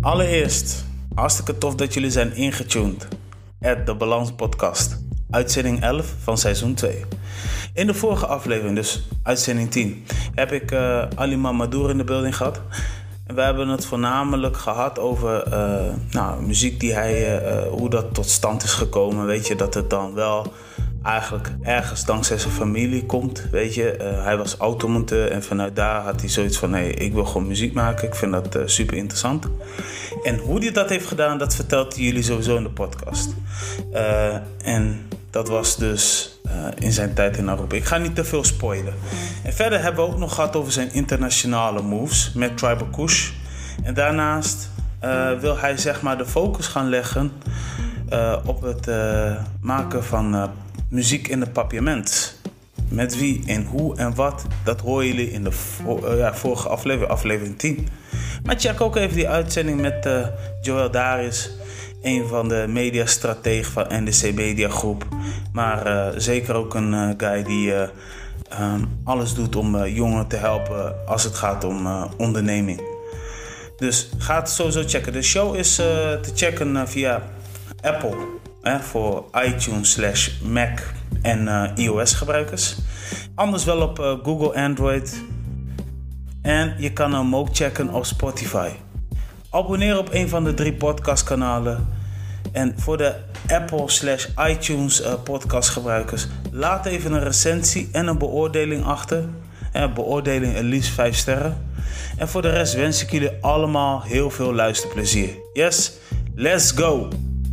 Allereerst, hartstikke tof dat jullie zijn ingetuned. De Balans Podcast, uitzending 11 van seizoen 2. In de vorige aflevering, dus uitzending 10, heb ik Ali Mamadou in de building gehad. En we hebben het voornamelijk gehad over muziek die hij, hoe dat tot stand is gekomen. Weet je, dat het dan wel eigenlijk ergens dankzij zijn familie komt, weet je. Hij was automonteur en vanuit daar had hij zoiets van, nee, ik wil gewoon muziek maken. Ik vind dat super interessant. En hoe hij dat heeft gedaan, dat vertelt hij jullie sowieso in de podcast. En dat was dus in zijn tijd in Aruba. Ik ga niet te veel spoilen. En verder hebben we ook nog gehad over zijn internationale moves met Tribal Kush. En daarnaast wil hij zeg maar de focus gaan leggen op het maken van muziek in het papiament. Met wie en hoe en wat, dat horen jullie in de vorige aflevering 10. Maar check ook even die uitzending met Joel Darius, een van de mediastrategen van NDC Media Groep. Maar zeker ook een guy die alles doet om jongeren te helpen als het gaat om onderneming. Dus ga het sowieso checken. De show is te checken via Apple voor iTunes /Mac en iOS gebruikers. Anders wel op Google Android. En je kan hem ook checken op Spotify. Abonneer op een van de 3 podcastkanalen. En voor de Apple /iTunes podcastgebruikers, laat even een recensie en een beoordeling achter. Beoordeling het liefst 5 sterren. En voor de rest wens ik jullie allemaal heel veel luisterplezier. Yes, let's go!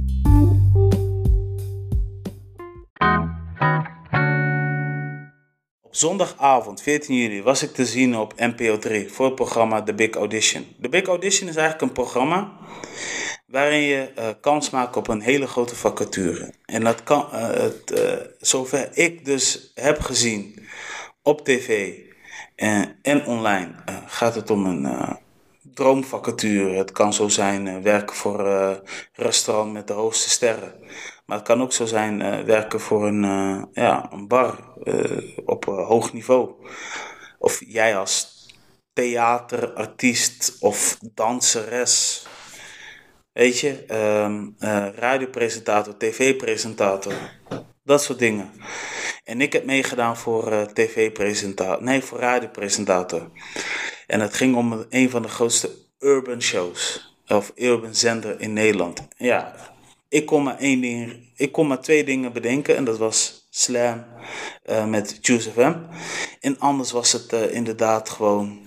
Op zondagavond 14 juli was ik te zien op NPO 3 voor het programma The Big Audition. The Big Audition is eigenlijk een programma waarin je kans maakt op een hele grote vacature. En dat kan, zover ik dus heb gezien op tv en online, gaat het om een droomvacature. Het kan zo zijn werken voor een restaurant met de hoogste sterren. Maar het kan ook zo zijn werken voor een bar op hoog niveau. Of jij als theaterartiest of danseres. Weet je, radiopresentator, tv-presentator. Dat soort dingen. En ik heb meegedaan voor tv-presentator. voor radiopresentator. En het ging om een van de grootste urban shows. Of urban zender in Nederland. Ja, ik kon maar 2 dingen bedenken. En dat was Slam met Juice FM. En anders was het inderdaad gewoon,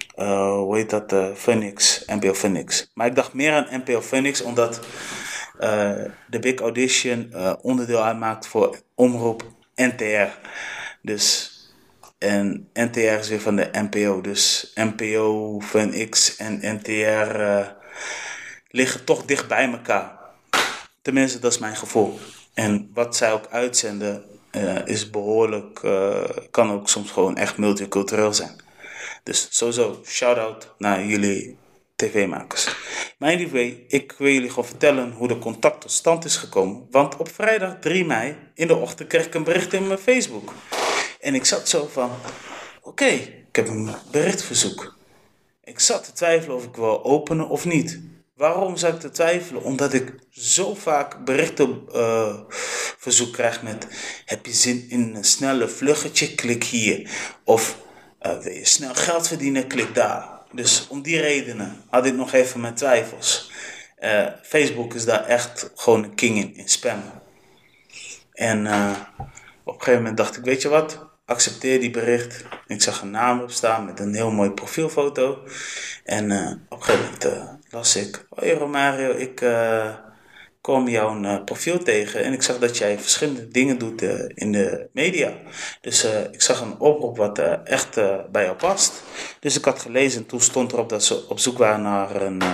Phoenix, NPO Phoenix. Maar ik dacht meer aan NPO Phoenix, omdat de Big Audition onderdeel uitmaakt voor omroep NTR. Dus, en NTR is weer van de NPO. Dus NPO, Phoenix en NTR liggen toch dicht bij elkaar. Tenminste, dat is mijn gevoel. En wat zij ook uitzenden is behoorlijk, kan ook soms gewoon echt multicultureel zijn. Dus sowieso, shout-out naar jullie tv-makers. Maar anyway, ik wil jullie gewoon vertellen hoe de contact tot stand is gekomen. Want op vrijdag 3 mei in de ochtend kreeg ik een bericht in mijn Facebook. En ik zat zo van, oké, ik heb een berichtverzoek. Ik zat te twijfelen of ik wil openen of niet. Waarom zou ik te twijfelen? Omdat ik zo vaak berichtenverzoek krijg met, heb je zin in een snelle vluggetje? Klik hier. Of wil je snel geld verdienen? Klik daar. Dus om die redenen had ik nog even mijn twijfels. Facebook is daar echt gewoon een king in spammen. En op een gegeven moment dacht ik, weet je wat? Accepteer die bericht. Ik zag een naam op staan met een heel mooi profielfoto. En op een gegeven moment las ik, hoi Romario, ik kwam jouw profiel tegen en ik zag dat jij verschillende dingen doet in de media. Dus ik zag een oproep wat echt bij jou past. Dus ik had gelezen en toen stond erop dat ze op zoek waren naar een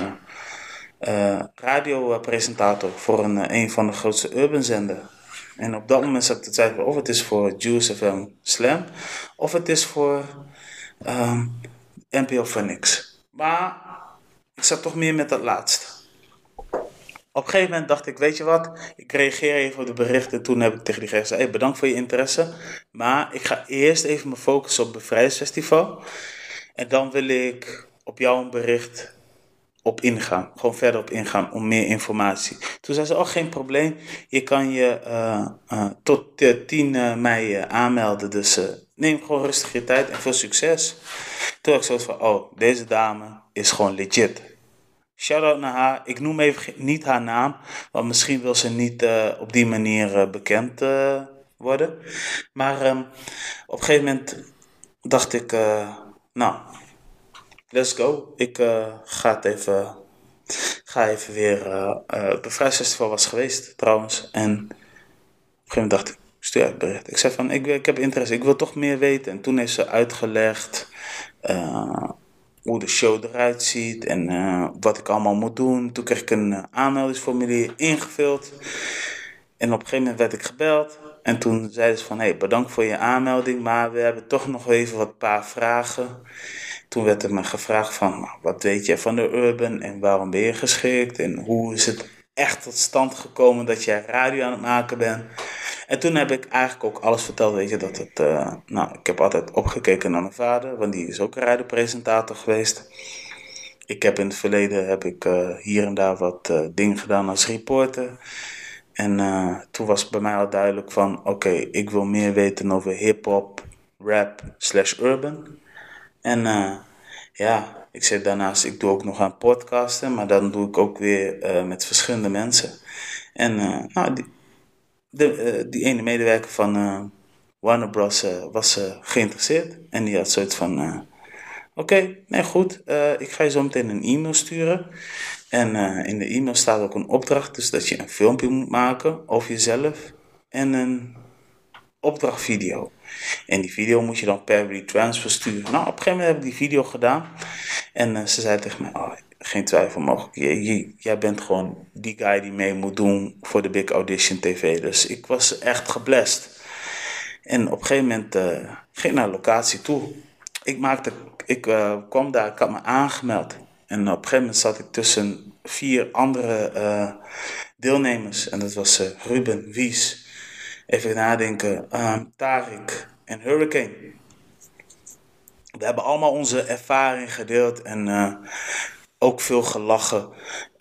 radiopresentator voor een van de grootste urban zender. En op dat moment zat ik te twijfelen of het is voor Juice FM Slam of het is voor NPO Phoenix. Maar ik zat toch meer met dat laatste. Op een gegeven moment dacht ik, weet je wat, ik reageer even op de bericht en toen heb ik tegen die gezegd, hey, bedankt voor je interesse, maar ik ga eerst even me focussen op het Bevrijdingsfestival en dan wil ik op jou een bericht op ingaan. Gewoon verder op ingaan om meer informatie. Toen zei ze, geen probleem. Je kan je tot 10 mei aanmelden. Dus neem gewoon rustig je tijd en veel succes. Toen had ik zo van, deze dame is gewoon legit. Shout-out naar haar. Ik noem even niet haar naam. Want misschien wil ze niet op die manier bekend worden. Maar op een gegeven moment dacht ik, let's go. Ik ga even weer. Bevrijdsfestival was geweest trouwens. En op een gegeven moment dacht ik, stuur uit bericht. Ik zei van, ik heb interesse, ik wil toch meer weten. En toen heeft ze uitgelegd hoe de show eruit ziet en wat ik allemaal moet doen. Toen kreeg ik een aanmeldingsformulier ingevuld. En op een gegeven moment werd ik gebeld. En toen zeiden ze van, bedankt voor je aanmelding, maar we hebben toch nog even wat paar vragen. Toen werd er me gevraagd van, wat weet je van de Urban en waarom ben je geschikt? En hoe is het echt tot stand gekomen dat jij radio aan het maken bent? En toen heb ik eigenlijk ook alles verteld, weet je, dat het... ik heb altijd opgekeken naar mijn vader, want die is ook radiopresentator geweest. Ik heb in het verleden hier en daar wat dingen gedaan als reporter. En toen was het bij mij al duidelijk van, ik wil meer weten over hip-hop, rap /urban. En ik zei daarnaast, ik doe ook nog aan podcasten, maar dan doe ik ook weer met verschillende mensen. En die ene medewerker van Warner Bros. Was geïnteresseerd. En die had zoiets van, goed, ik ga je zo meteen een e-mail sturen. En in de e-mail staat ook een opdracht, dus dat je een filmpje moet maken over jezelf en een opdrachtvideo. En die video moet je dan per retransfer sturen. Nou, op een gegeven moment heb ik die video gedaan. En ze zei tegen mij, geen twijfel mogelijk. Jij bent gewoon die guy die mee moet doen voor de Big Audition TV. Dus ik was echt geblest. En op een gegeven moment ging ik naar de locatie toe. Ik kwam daar, ik had me aangemeld. En op een gegeven moment zat ik tussen 4 andere deelnemers. En dat was Ruben, Wies, even nadenken, Tarik en Hurricane. We hebben allemaal onze ervaring gedeeld en ook veel gelachen.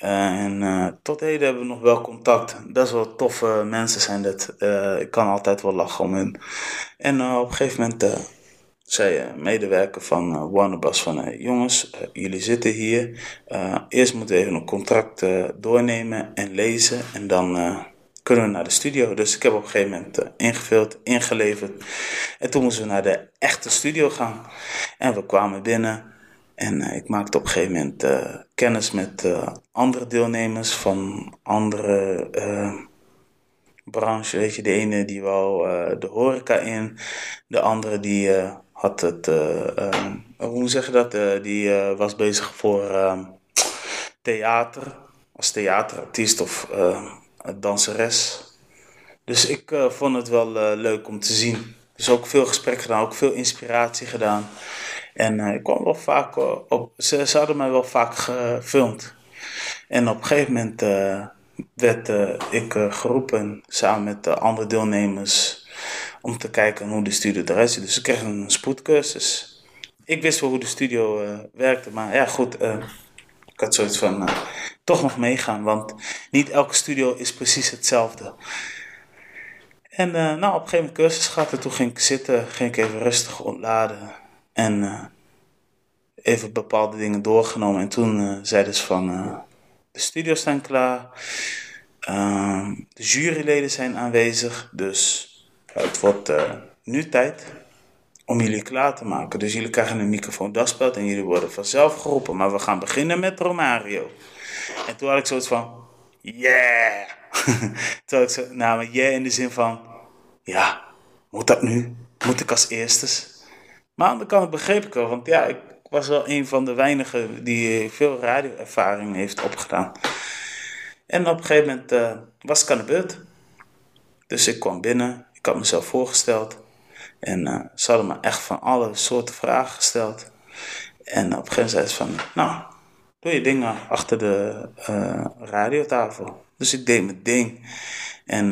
Tot heden hebben we nog wel contact. Best wel toffe mensen zijn dat. Ik kan altijd wel lachen om hen. En op een gegeven moment zei een medewerker van Warner Bros. Van jongens, jullie zitten hier. Eerst moeten we even een contract doornemen en lezen. En dan kunnen we naar de studio. Dus ik heb op een gegeven moment ingevuld, ingeleverd. En toen moesten we naar de echte studio gaan. En we kwamen binnen. En ik maakte op een gegeven moment kennis met andere deelnemers van andere branches. Weet je, de ene die wou de horeca in. De andere die had het, hoe zeg je dat? Die was bezig voor theater. Als theaterartiest of danseres. Dus ik vond het wel leuk om te zien. Dus ook veel gesprek gedaan, ook veel inspiratie gedaan. En ik kwam wel vaak op... Ze hadden mij wel vaak gefilmd. En op een gegeven moment werd ik geroepen samen met de andere deelnemers om te kijken hoe de studio eruit ziet. Dus ik kreeg een spoedcursus. Ik wist wel hoe de studio werkte, maar ja goed, ik had zoiets van toch nog meegaan, want niet elke studio is precies hetzelfde. En op een gegeven moment cursus gehad en toen ging ik zitten, ging ik even rustig ontladen en even bepaalde dingen doorgenomen. En toen zeiden ze van, de studio's staan klaar, de juryleden zijn aanwezig, dus het wordt nu tijd om jullie klaar te maken. Dus jullie krijgen een microfoon dasspeld en jullie worden vanzelf geroepen. Maar we gaan beginnen met Romario. En toen had ik zoiets van, yeah! Toen had ik zo, maar yeah in de zin van, ja, moet dat nu? Moet ik als eerstes? Maar aan de kant begreep ik wel, want ja, ik was wel een van de weinigen die veel radioervaring heeft opgedaan. En op een gegeven moment was ik aan de beurt. Dus ik kwam binnen, ik had mezelf voorgesteld. En ze hadden me echt van alle soorten vragen gesteld. En op een gegeven moment zei ze van, doe je dingen achter de radiotafel. Dus ik deed mijn ding. En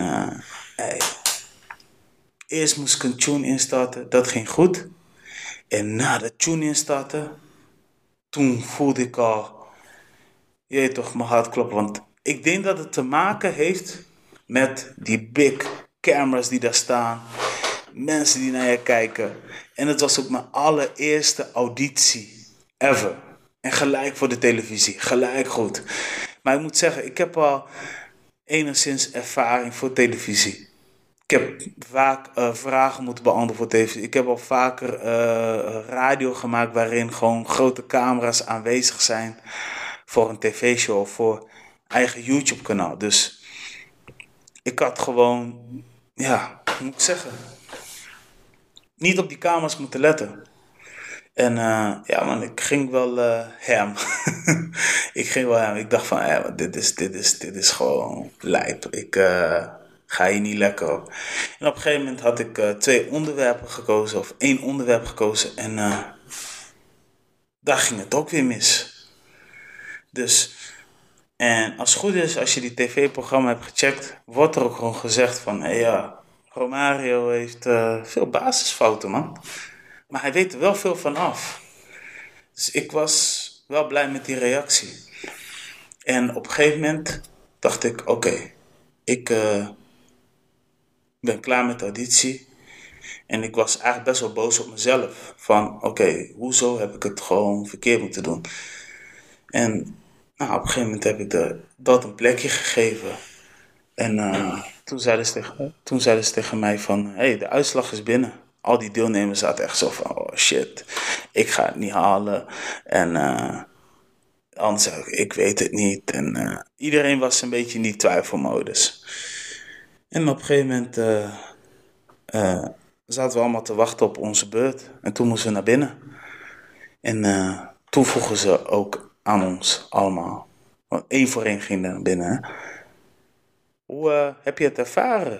eerst moest ik een tune instarten, dat ging goed. En na de tune instarten, toen voelde ik al je weet toch, mijn hart klopt. Want ik denk dat het te maken heeft met die big cameras die daar staan. Mensen die naar je kijken. En het was ook mijn allereerste auditie ever. En gelijk voor de televisie. Gelijk goed. Maar ik moet zeggen, ik heb al enigszins ervaring voor televisie. Ik heb vaak vragen moeten beantwoorden voor televisie. Ik heb al vaker radio gemaakt waarin gewoon grote camera's aanwezig zijn voor een tv-show of voor eigen YouTube-kanaal. Dus ik had gewoon, ja, hoe moet ik zeggen, niet op die camera's moeten letten. En ja man, ik ging wel hem. Ik ging wel hem. Ik dacht van, dit is gewoon lijp. Ik ga hier niet lekker op. En op een gegeven moment had ik 2 onderwerpen gekozen, of 1 onderwerp gekozen. En daar ging het ook weer mis. Dus, en als het goed is, als je die tv-programma hebt gecheckt, wordt er ook gewoon gezegd van, ja, Romario heeft veel basisfouten, man. Maar hij weet er wel veel van af. Dus ik was wel blij met die reactie. En op een gegeven moment dacht ik, oké, ik ben klaar met de auditie. En ik was eigenlijk best wel boos op mezelf. Van, oké, hoezo heb ik het gewoon verkeerd moeten doen? En nou, op een gegeven moment heb ik dat een plekje gegeven. En toen zeiden ze tegen mij van, hey, de uitslag is binnen. Al die deelnemers zaten echt zo van, oh shit, ik ga het niet halen. En anders zei ik weet het niet. En iedereen was een beetje in die twijfelmodus. En op een gegeven moment zaten we allemaal te wachten op onze beurt. En toen moesten we naar binnen. En toen vroegen ze ook aan ons allemaal. Want 1 voor 1 ging naar binnen. Hè? Hoe heb je het ervaren?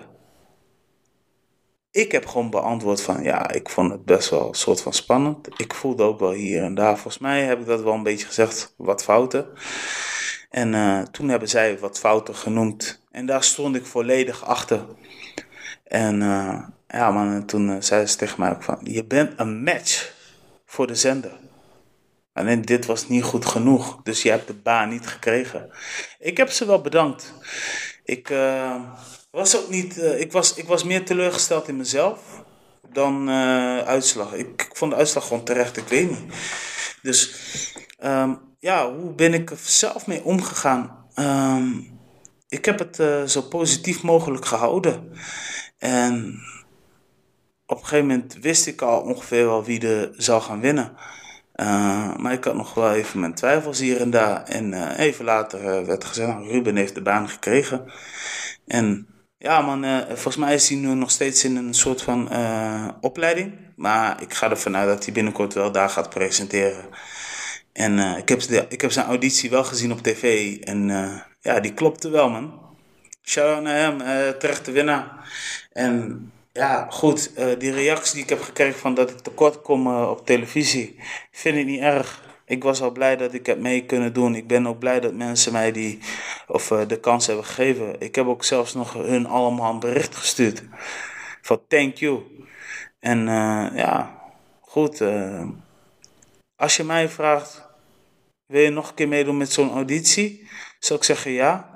Ik heb gewoon beantwoord van, ja, ik vond het best wel een soort van spannend. Ik voelde ook wel hier en daar. Volgens mij heb ik dat wel een beetje gezegd, wat fouten. En toen hebben zij wat fouten genoemd. En daar stond ik volledig achter. En ja man, en toen zeiden ze tegen mij ook van, je bent een match voor de zender. Alleen dit was niet goed genoeg, dus je hebt de baan niet gekregen. Ik heb ze wel bedankt. Ik was ook niet, ik was meer teleurgesteld in mezelf dan uitslag. Ik vond de uitslag gewoon terecht, ik weet niet. Dus ja, hoe ben ik er zelf mee omgegaan? Ik heb het zo positief mogelijk gehouden. En op een gegeven moment wist ik al ongeveer wel wie er zou gaan winnen. Maar ik had nog wel even mijn twijfels hier en daar. En even later werd gezegd, nou, Ruben heeft de baan gekregen. En ja man, volgens mij is hij nu nog steeds in een soort van opleiding. Maar ik ga ervan uit dat hij binnenkort wel daar gaat presenteren. En ik heb zijn auditie wel gezien op tv. En ja, die klopte wel man. Shout-out naar hem, terechte winnaar. En ja, goed, die reactie die ik heb gekregen van dat ik tekort kom op televisie, vind ik niet erg. Ik was al blij dat ik het mee kunnen doen. Ik ben ook blij dat mensen mij de kans hebben gegeven. Ik heb ook zelfs nog hun allemaal een bericht gestuurd. Van thank you. En ja, goed. Als je mij vraagt, wil je nog een keer meedoen met zo'n auditie? Zou ik zeggen ja.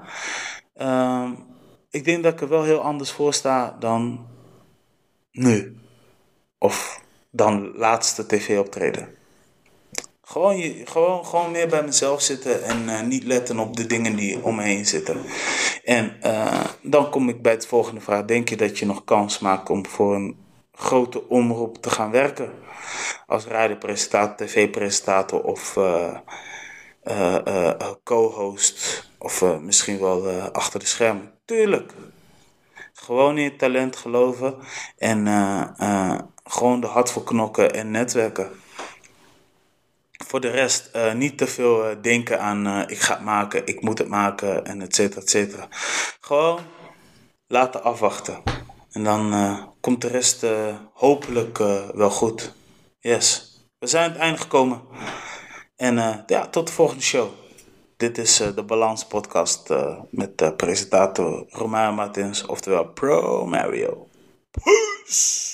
Ik denk dat ik er wel heel anders voor sta dan nu. Of dan laatste tv-optreden. Gewoon meer bij mezelf zitten en niet letten op de dingen die om me heen zitten. En dan kom ik bij het volgende vraag. Denk je dat je nog kans maakt om voor een grote omroep te gaan werken? Als radiopresentator, tv-presentator of co-host of misschien wel achter de schermen. Tuurlijk. Gewoon in je talent geloven en gewoon de hard voor knokken en netwerken. Voor de rest niet te veel denken aan ik ga het maken, ik moet het maken en et cetera, et cetera. Gewoon laten afwachten. En dan komt de rest hopelijk wel goed. Yes. We zijn aan het einde gekomen. En ja, tot de volgende show. Dit is de Balans podcast met presentator Romario Martins, oftewel Pro Mario. Peace!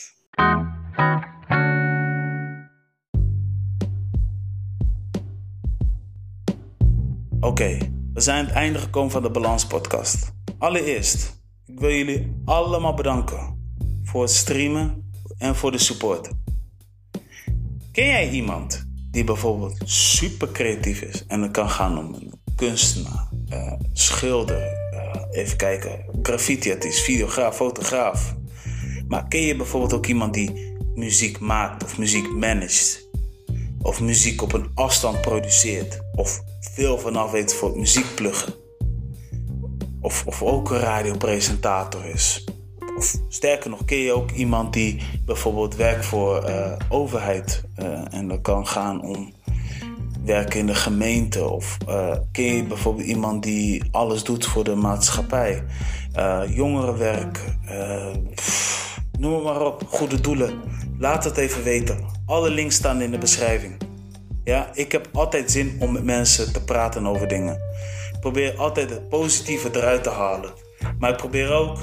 Oké, we zijn aan het einde gekomen van de Balans podcast. Allereerst, ik wil jullie allemaal bedanken voor het streamen en voor de support. Ken jij iemand die bijvoorbeeld super creatief is en het kan gaan om een kunstenaar, schilder, even kijken, graffiti-artiest, videograaf, fotograaf. Maar ken je bijvoorbeeld ook iemand die muziek maakt of muziek managt? Of muziek op een afstand produceert? Of veel vanaf weet voor het muziekpluggen? Of ook een radiopresentator is? Of sterker nog, ken je ook iemand die bijvoorbeeld werkt voor overheid? En dat kan gaan om werken in de gemeente. Of ken je bijvoorbeeld iemand die alles doet voor de maatschappij? Jongerenwerk. Noem het maar op. Goede doelen. Laat het even weten. Alle links staan in de beschrijving. Ja, ik heb altijd zin om met mensen te praten over dingen. Ik probeer altijd het positieve eruit te halen. Maar ik probeer ook,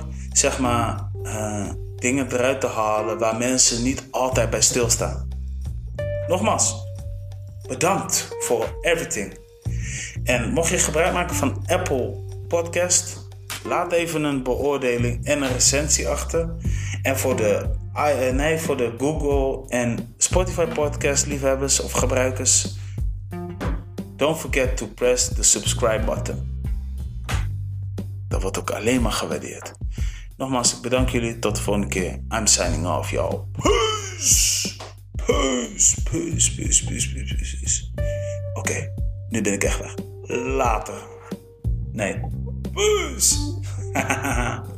dingen eruit te halen waar mensen niet altijd bij stilstaan. Nogmaals, bedankt voor everything. En mocht je gebruik maken van Apple Podcast, laat even een beoordeling en een recensie achter. En voor de Google en Spotify podcast liefhebbers of gebruikers, don't forget to press the subscribe button. Dat wordt ook alleen maar gewaardeerd. Nogmaals, ik bedank jullie. Tot de volgende keer. I'm signing off, y'all. Peace. Oké, nu ben ik echt weg. Later. Nee. Peace.